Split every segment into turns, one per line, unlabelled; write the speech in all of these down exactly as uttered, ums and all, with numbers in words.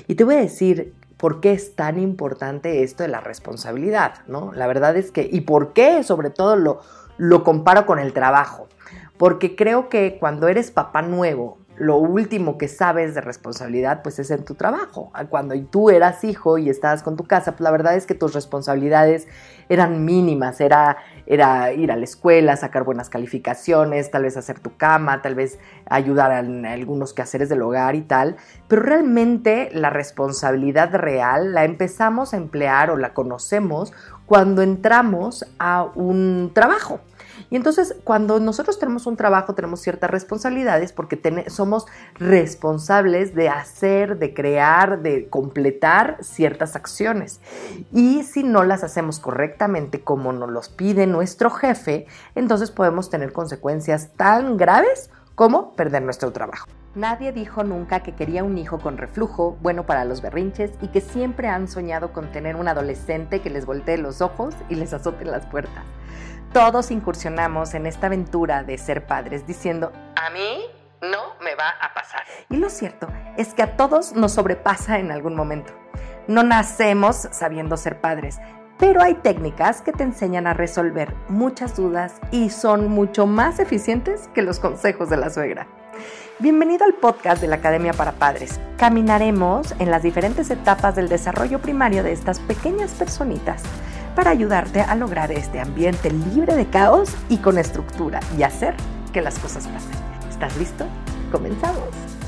Y te voy a decir por qué es tan importante esto de la responsabilidad, ¿no? La verdad es que, y por qué sobre todo lo, lo comparo con el trabajo. Porque creo que cuando eres papá nuevo, lo último que sabes de responsabilidad pues es en tu trabajo. Cuando tú eras hijo y estabas con tu casa, pues la verdad es que tus responsabilidades eran mínimas. Era, era ir a la escuela, sacar buenas calificaciones, tal vez hacer tu cama, tal vez ayudar en algunos quehaceres del hogar y tal. Pero realmente la responsabilidad real la empezamos a emplear o la conocemos cuando entramos a un trabajo. Y entonces, cuando nosotros tenemos un trabajo, tenemos ciertas responsabilidades porque ten- somos responsables de hacer, de crear, de completar ciertas acciones. Y si no las hacemos correctamente como nos los pide nuestro jefe, entonces podemos tener consecuencias tan graves como perder nuestro trabajo. Nadie dijo nunca que quería un hijo con reflujo, bueno para los berrinches y que siempre han soñado con tener un adolescente que les voltee los ojos y les azote las puertas. Todos incursionamos en esta aventura de ser padres diciendo, a mí no me va a pasar. Y lo cierto es que a todos nos sobrepasa en algún momento. No nacemos sabiendo ser padres, pero hay técnicas que te enseñan a resolver muchas dudas y son mucho más eficientes que los consejos de la suegra. Bienvenido al podcast de la Academia para Padres. Caminaremos en las diferentes etapas del desarrollo primario de estas pequeñas personitas para ayudarte a lograr este ambiente libre de caos y con estructura y hacer que las cosas pasen. ¿Estás listo? ¡Comenzamos!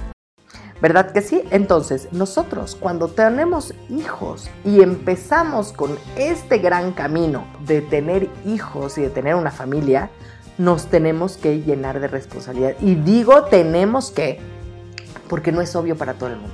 ¿Verdad que sí? Entonces, nosotros cuando tenemos hijos y empezamos con este gran camino de tener hijos y de tener una familia, nos tenemos que llenar de responsabilidad. Y digo tenemos que, porque no es obvio para todo el mundo.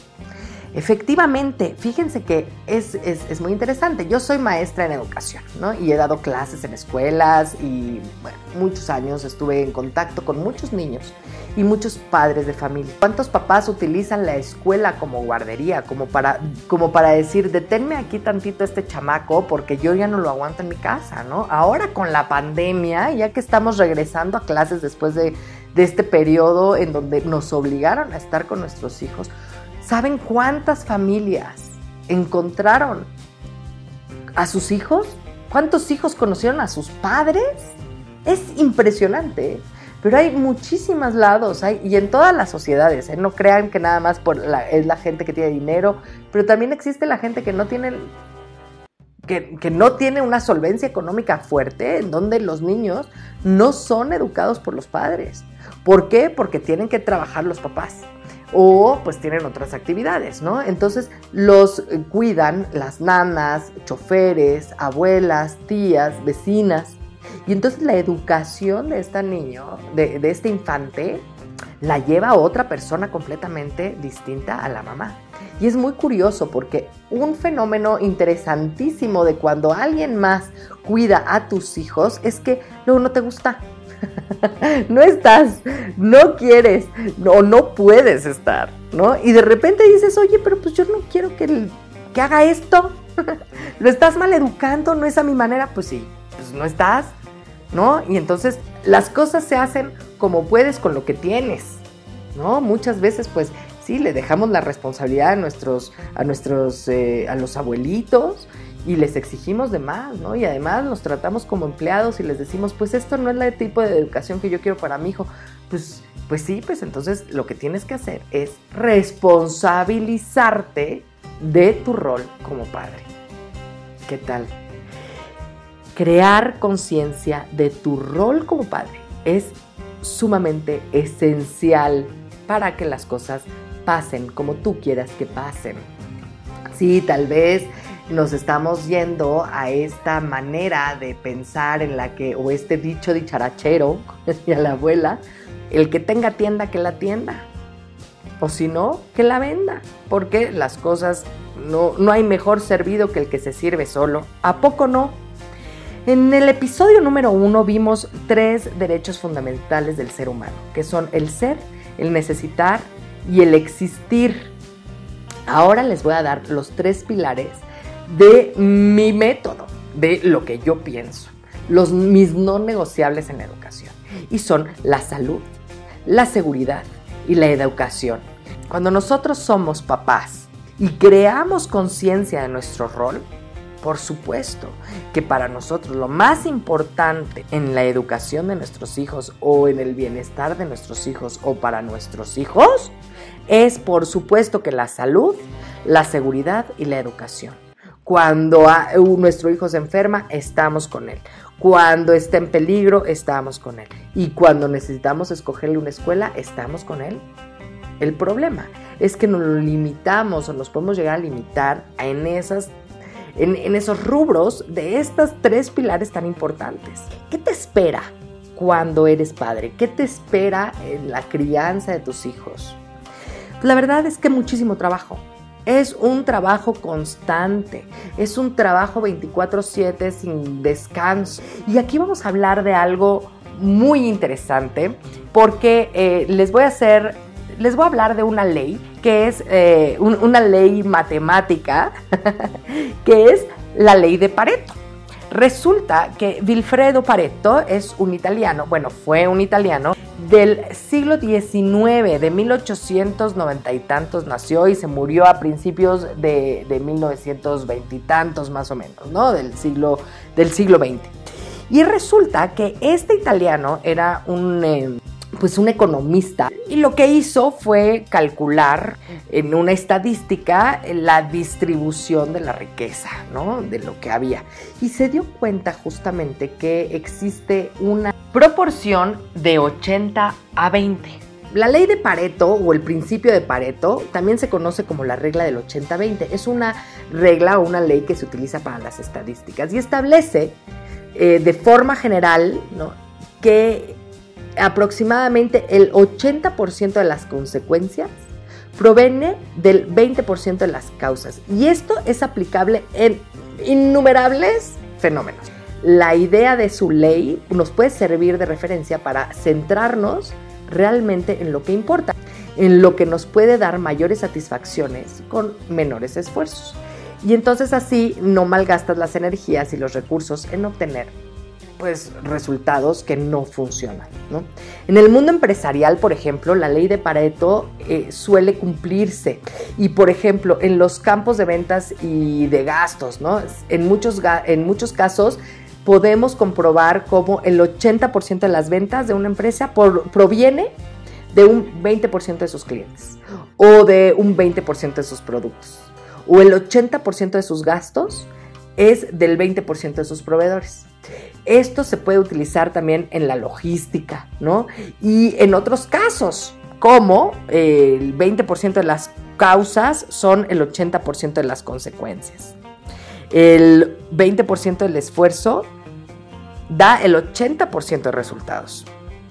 Efectivamente, fíjense que es, es, es muy interesante. Yo soy maestra en educación, ¿no? Y he dado clases en escuelas y bueno, muchos años estuve en contacto con muchos niños y muchos padres de familia. ¿Cuántos papás utilizan la escuela como guardería, como para, como para decir, deténme aquí tantito a este chamaco porque yo ya no lo aguanto en mi casa, ¿no? Ahora con la pandemia, ya que estamos regresando a clases después de, de este periodo en donde nos obligaron a estar con nuestros hijos, ¿saben cuántas familias encontraron a sus hijos? ¿Cuántos hijos conocieron a sus padres? Es impresionante, pero hay muchísimos lados, hay, y en todas las sociedades, ¿eh? No crean que nada más por la, es la gente que tiene dinero, pero también existe la gente que no tiene, que, que no tiene una solvencia económica fuerte, en donde los niños no son educados por los padres. ¿Por qué? Porque tienen que trabajar los papás. O pues tienen otras actividades, ¿no? Entonces los cuidan las nanas, choferes, abuelas, tías, vecinas. Y entonces la educación de este niño, de, de este infante, la lleva a otra persona completamente distinta a la mamá. Y es muy curioso porque un fenómeno interesantísimo de cuando alguien más cuida a tus hijos es que luego no te gusta. No estás, no quieres, no, no puedes estar, ¿no? Y de repente dices, oye, pero pues yo no quiero que, que haga esto. Lo estás maleducando, no es a mi manera. Pues sí, pues no estás, ¿no? Y entonces las cosas se hacen como puedes con lo que tienes, ¿no? Muchas veces, pues sí, le dejamos la responsabilidad a nuestros, a nuestros, eh, a los abuelitos, y les exigimos de más, ¿no? Y además los tratamos como empleados y les decimos, pues esto no es el tipo de educación que yo quiero para mi hijo. Pues, pues sí, pues entonces lo que tienes que hacer es responsabilizarte de tu rol como padre. ¿Qué tal? Crear conciencia de tu rol como padre es sumamente esencial para que las cosas pasen como tú quieras que pasen. Sí, tal vez nos estamos yendo a esta manera de pensar en la que, o este dicho dicharachero, decía la abuela, el que tenga tienda, que la tienda, o si no, que la venda, porque las cosas, no, no hay mejor servido que el que se sirve solo. ¿A poco no? En el episodio número uno vimos tres derechos fundamentales del ser humano, que son el ser, el necesitar y el existir. Ahora les voy a dar los tres pilares de mi método, de lo que yo pienso, los, mis no negociables en la educación. Y son la salud, la seguridad y la educación. Cuando nosotros somos papás y creamos conciencia de nuestro rol, por supuesto que para nosotros lo más importante en la educación de nuestros hijos o en el bienestar de nuestros hijos o para nuestros hijos es por supuesto que la salud, la seguridad y la educación. Cuando a, uh, nuestro hijo se enferma, estamos con él. Cuando está en peligro, estamos con él. Y cuando necesitamos escogerle una escuela, estamos con él. El problema es que nos lo limitamos o nos podemos llegar a limitar en esas En, en esos rubros de estos tres pilares tan importantes. ¿Qué te espera cuando eres padre? ¿Qué te espera en la crianza de tus hijos? Pues la verdad es que muchísimo trabajo. Es un trabajo constante, es un trabajo veinticuatro siete sin descanso. Y aquí vamos a hablar de algo muy interesante porque eh, les voy a hacer, les voy a hablar de una ley que es eh, un, una ley matemática, que es la ley de Pareto. Resulta que Vilfredo Pareto es un italiano, bueno, fue un italiano del siglo diecinueve, de mil ochocientos noventa y tantos nació y se murió a principios de, de mil novecientos veinte y tantos más o menos, ¿no? Del siglo, del siglo veinte. Y resulta que este italiano era un... Eh, pues un economista, y lo que hizo fue calcular en una estadística la distribución de la riqueza, ¿no? De lo que había, y se dio cuenta justamente que existe una proporción de ochenta a veinte. La ley de Pareto o el principio de Pareto también se conoce como la regla del ochenta veinte. Es una regla o una ley que se utiliza para las estadísticas y establece eh, de forma general, ¿no?, que aproximadamente el ochenta por ciento de las consecuencias proviene del veinte por ciento de las causas. Y esto es aplicable en innumerables fenómenos. La idea de su ley nos puede servir de referencia para centrarnos realmente en lo que importa, en lo que nos puede dar mayores satisfacciones con menores esfuerzos. Y entonces así no malgastas las energías y los recursos en obtener pues resultados que no funcionan, ¿no? En el mundo empresarial, por ejemplo, la ley de Pareto eh, suele cumplirse y, por ejemplo, en los campos de ventas y de gastos, ¿no? En muchos, en muchos casos podemos comprobar cómo el ochenta por ciento de las ventas de una empresa por, proviene de un veinte por ciento de sus clientes o de un veinte por ciento de sus productos, o el ochenta por ciento de sus gastos es del veinte por ciento de sus proveedores. Esto se puede utilizar también en la logística, ¿no? Y en otros casos, como eh, el veinte por ciento de las causas son el ochenta por ciento de las consecuencias. El veinte por ciento del esfuerzo da el ochenta por ciento de resultados.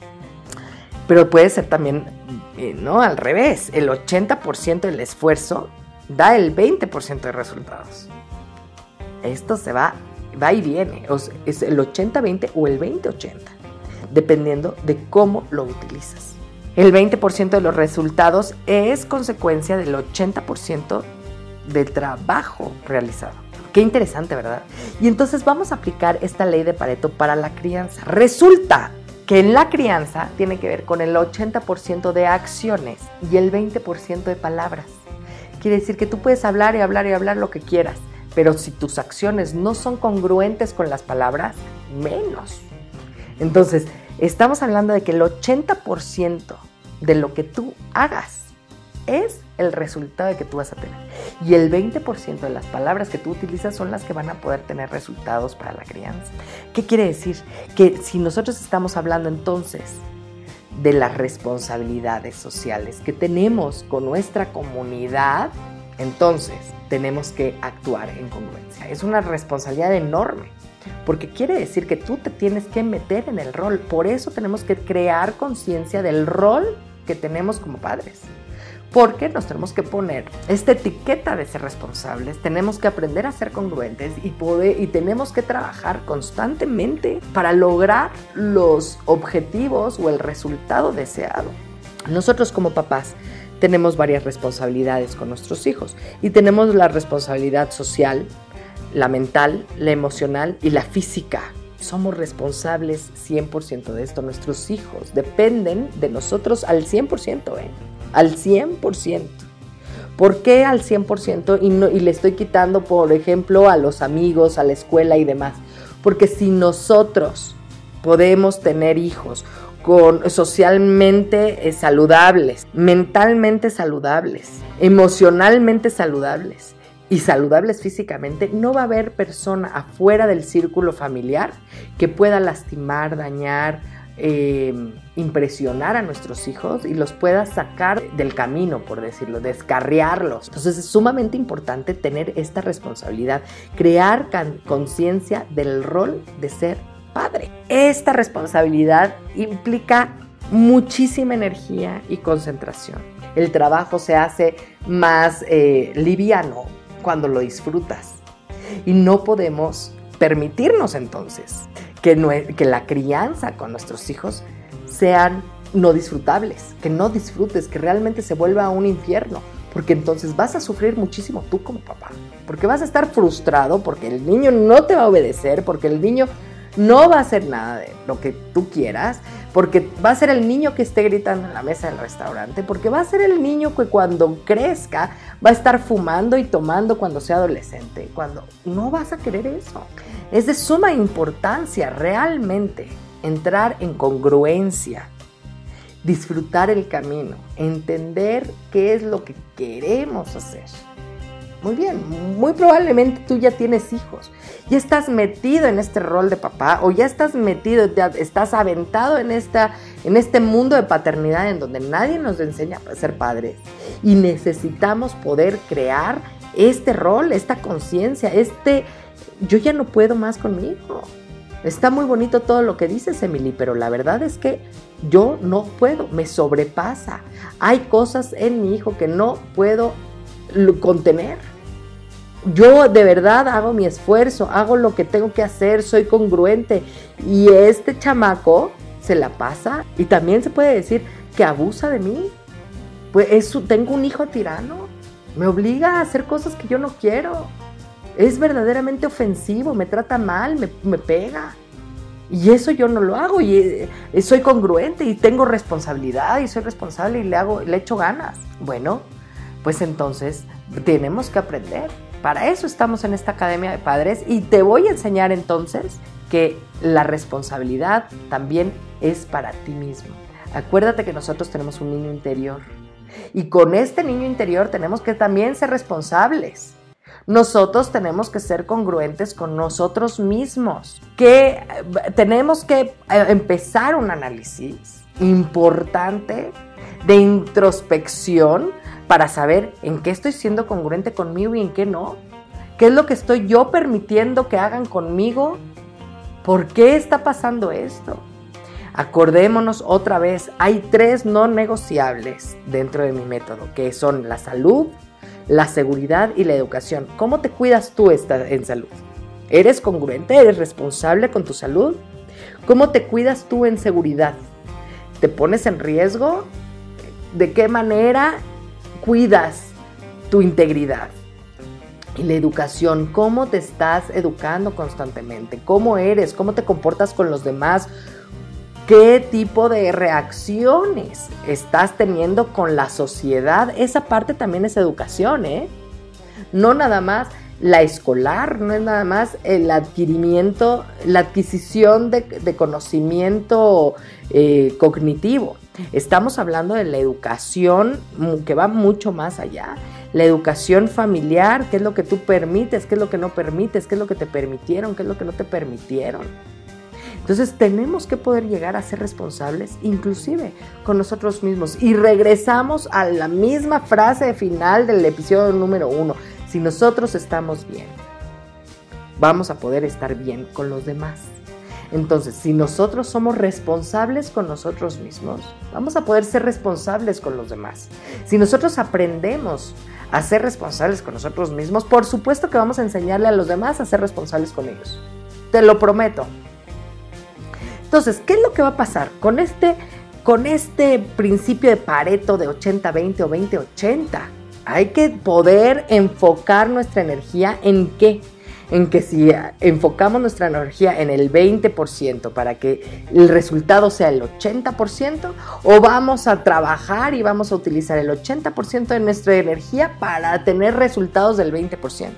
Pero puede ser también, eh, ¿no?, al revés. El ochenta por ciento del esfuerzo da el veinte por ciento de resultados. Esto se va, va y viene, o sea, es el ochenta veinte o el veinte ochenta, dependiendo de cómo lo utilizas. El veinte por ciento de los resultados es consecuencia del ochenta por ciento del trabajo realizado. Qué interesante, ¿verdad? Y entonces vamos a aplicar esta ley de Pareto para la crianza. Resulta que en la crianza tiene que ver con el ochenta por ciento de acciones y el veinte por ciento de palabras. Quiere decir que tú puedes hablar y hablar y hablar lo que quieras, pero si tus acciones no son congruentes con las palabras, menos. Entonces, estamos hablando de que el ochenta por ciento de lo que tú hagas es el resultado de que tú vas a tener. Y el veinte por ciento de las palabras que tú utilizas son las que van a poder tener resultados para la crianza. ¿Qué quiere decir? Que si nosotros estamos hablando entonces de las responsabilidades sociales que tenemos con nuestra comunidad, entonces tenemos que actuar en congruencia. Es una responsabilidad enorme, porque quiere decir que tú te tienes que meter en el rol. Por eso tenemos que crear conciencia del rol que tenemos como padres, porque nos tenemos que poner esta etiqueta de ser responsables, tenemos que aprender a ser congruentes y, poder, y tenemos que trabajar constantemente para lograr los objetivos o el resultado deseado. Nosotros como papás tenemos varias responsabilidades con nuestros hijos y tenemos la responsabilidad social, la mental, la emocional y la física. Somos responsables cien por ciento de esto. Nuestros hijos dependen de nosotros al cien por ciento, ¿eh? Al cien por ciento. ¿Por qué al cien por ciento y, no, y le estoy quitando, por ejemplo, a los amigos, a la escuela y demás? Porque si nosotros podemos tener hijos con, socialmente eh, saludables, mentalmente saludables, emocionalmente saludables y saludables físicamente, no va a haber persona afuera del círculo familiar que pueda lastimar, dañar, eh, impresionar a nuestros hijos y los pueda sacar del camino, por decirlo, descarriarlos. Entonces es sumamente importante tener esta responsabilidad, crear conciencia del rol de ser padre. Esta responsabilidad implica muchísima energía y concentración. El trabajo se hace más eh, liviano cuando lo disfrutas. Y no podemos permitirnos entonces que, no, que la crianza con nuestros hijos sean no disfrutables, que no disfrutes, que realmente se vuelva un infierno. Porque entonces vas a sufrir muchísimo tú como papá. Porque vas a estar frustrado, porque el niño no te va a obedecer, porque el niño no va a hacer nada de lo que tú quieras, porque va a ser el niño que esté gritando en la mesa del restaurante, porque va a ser el niño que cuando crezca va a estar fumando y tomando cuando sea adolescente, cuando no vas a querer eso. Es de suma importancia realmente entrar en congruencia, disfrutar el camino, entender qué es lo que queremos hacer. Muy bien, muy probablemente tú ya tienes hijos, ya estás metido en este rol de papá o ya estás metido, ya estás aventado en, esta, en este mundo de paternidad en donde nadie nos enseña a ser padres y necesitamos poder crear este rol, esta conciencia, este yo ya no puedo más con mi hijo. Está muy bonito todo lo que dices, Emily, pero la verdad es que yo no puedo, me sobrepasa. Hay cosas en mi hijo que no puedo contener. Yo de verdad hago mi esfuerzo, hago lo que tengo que hacer, soy congruente y este chamaco se la pasa y también se puede decir que abusa de mí. Pues eso, tengo un hijo tirano, me obliga a hacer cosas que yo no quiero, es verdaderamente ofensivo, me trata mal, me, me pega y eso yo no lo hago y eh, soy congruente y tengo responsabilidad y soy responsable y le, hago, le echo ganas. Bueno, pues entonces tenemos que aprender. Para eso estamos en esta Academia de Padres y te voy a enseñar entonces que la responsabilidad también es para ti mismo. Acuérdate que nosotros tenemos un niño interior y con este niño interior tenemos que también ser responsables. Nosotros tenemos que ser congruentes con nosotros mismos, que tenemos que empezar un análisis importante de introspección para saber en qué estoy siendo congruente conmigo y en qué no. ¿Qué es lo que estoy yo permitiendo que hagan conmigo? ¿Por qué está pasando esto? Acordémonos otra vez, hay tres no negociables dentro de mi método, que son la salud, la seguridad y la educación. ¿Cómo te cuidas tú en salud? ¿Eres congruente? ¿Eres responsable con tu salud? ¿Cómo te cuidas tú en seguridad? ¿Te pones en riesgo? ¿De qué manera cuidas tu integridad? Y la educación, ¿cómo te estás educando constantemente? ¿Cómo eres? ¿Cómo te comportas con los demás? ¿Qué tipo de reacciones estás teniendo con la sociedad? Esa parte también es educación, ¿eh? No nada más la escolar, no es nada más el adquirimiento, la adquisición de, de conocimiento eh, cognitivo. Estamos hablando de la educación que va mucho más allá. La educación familiar, qué es lo que tú permites, qué es lo que no permites, qué es lo que te permitieron, qué es lo que no te permitieron. Entonces tenemos que poder llegar a ser responsables, inclusive con nosotros mismos. Y regresamos a la misma frase final del episodio número uno. Si nosotros estamos bien, vamos a poder estar bien con los demás. Entonces, si nosotros somos responsables con nosotros mismos, vamos a poder ser responsables con los demás. Si nosotros aprendemos a ser responsables con nosotros mismos, por supuesto que vamos a enseñarle a los demás a ser responsables con ellos. Te lo prometo. Entonces, ¿qué es lo que va a pasar con este, con este principio de Pareto de ochenta veinte o veinte ochenta? Hay que poder enfocar nuestra energía en qué, en que si enfocamos nuestra energía en el veinte por ciento para que el resultado sea el ochenta por ciento, o vamos a trabajar y vamos a utilizar el ochenta por ciento de nuestra energía para tener resultados del veinte por ciento.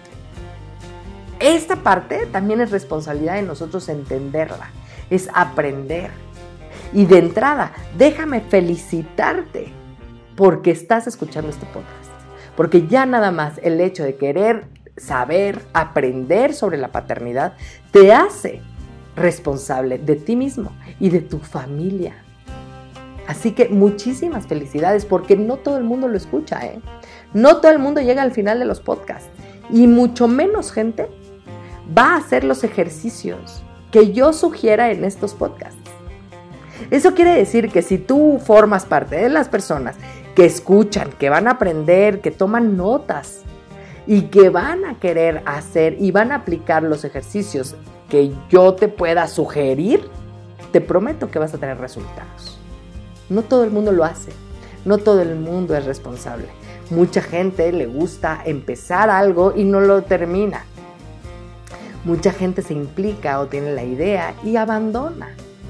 Esta parte también es responsabilidad de nosotros entenderla, es aprender. Y de entrada, déjame felicitarte porque estás escuchando este podcast, porque ya nada más el hecho de querer saber, aprender sobre la paternidad, te hace responsable de ti mismo y de tu familia. Así que muchísimas felicidades, porque no todo el mundo lo escucha, ¿eh? No todo el mundo llega al final de los podcasts, y mucho menos gente va a hacer los ejercicios que yo sugiera en estos podcasts. Eso quiere decir que si tú formas parte de las personas que escuchan, que van a aprender, que toman notas y que van a querer hacer y van a aplicar los ejercicios que yo te pueda sugerir, te prometo que vas a tener resultados. No todo el mundo lo hace, no todo el mundo es responsable. Mucha gente le gusta empezar algo y no lo termina. Mucha gente se implica o tiene la idea y abandona.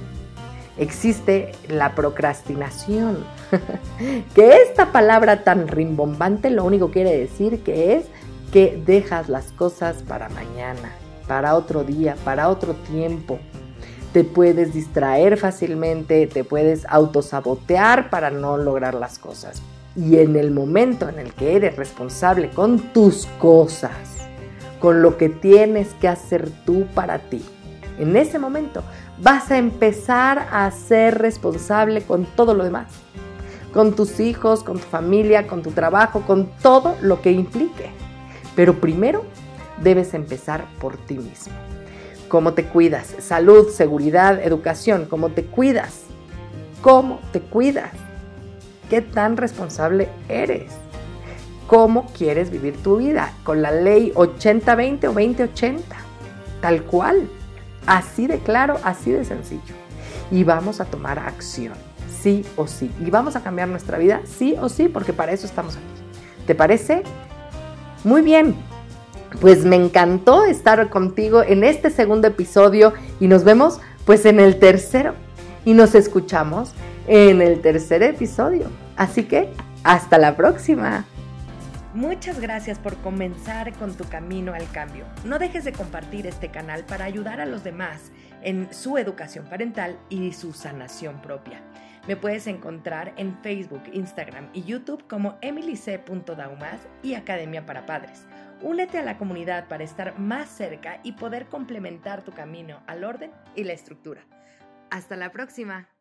Existe la procrastinación, que esta palabra tan rimbombante lo único quiere decir que es que dejas las cosas para mañana, para otro día, para otro tiempo. Te puedes distraer fácilmente, te puedes autosabotear para no lograr las cosas. Y en el momento en el que eres responsable con tus cosas, con lo que tienes que hacer tú para ti, en ese momento vas a empezar a ser responsable con todo lo demás, con tus hijos, con tu familia, con tu trabajo, con todo lo que implique. Pero primero debes empezar por ti mismo. ¿Cómo te cuidas? Salud, seguridad, educación. ¿Cómo te cuidas? ¿Cómo te cuidas? ¿Qué tan responsable eres? ¿Cómo quieres vivir tu vida? ¿Con la ley ochenta veinte o veinte ochenta? Tal cual. Así de claro, así de sencillo. Y vamos a tomar acción, sí o sí. Y vamos a cambiar nuestra vida, sí o sí, porque para eso estamos aquí. ¿Te parece? Muy bien. Pues me encantó estar contigo en este segundo episodio y nos vemos pues en el tercero. Y nos escuchamos en el tercer episodio. Así que hasta la próxima. Muchas gracias por comenzar con tu camino al cambio. No dejes de compartir este canal para ayudar a los demás en su educación parental y su sanación propia. Me puedes encontrar en Facebook, Instagram y YouTube como emily c punto daumas y Academia para Padres. Únete a la comunidad para estar más cerca y poder complementar tu camino al orden y la estructura. Hasta la próxima.